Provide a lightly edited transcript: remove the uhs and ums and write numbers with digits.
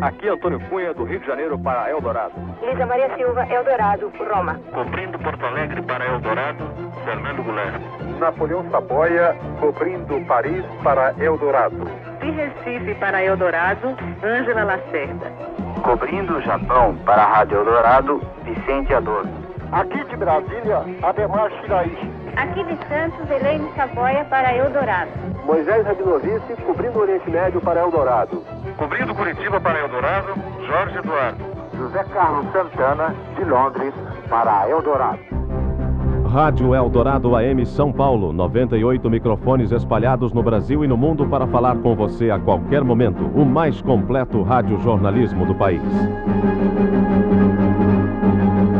Aqui Antônio Cunha, do Rio de Janeiro para Eldorado. Lígia Maria Silva, Eldorado, Roma. Cobrindo Porto Alegre para Eldorado, Fernando Goulart. Napoleão Saboia, cobrindo Paris para Eldorado. De Recife para Eldorado, Ângela Lacerda. Cobrindo o Japão para a Rádio Eldorado, Vicente Adorno. Aqui de Brasília, Ademar Chiraí. Aqui de Santos, Helene Saboia para Eldorado. Moisés Rabilovici, cobrindo o Oriente Médio para Eldorado. Cobrindo Curitiba para Eldorado, Jorge Eduardo. José Carlos Santana, de Londres para Eldorado. Rádio Eldorado AM São Paulo, 98 microfones espalhados no Brasil e no mundo para falar com você a qualquer momento. O mais completo radiojornalismo do país.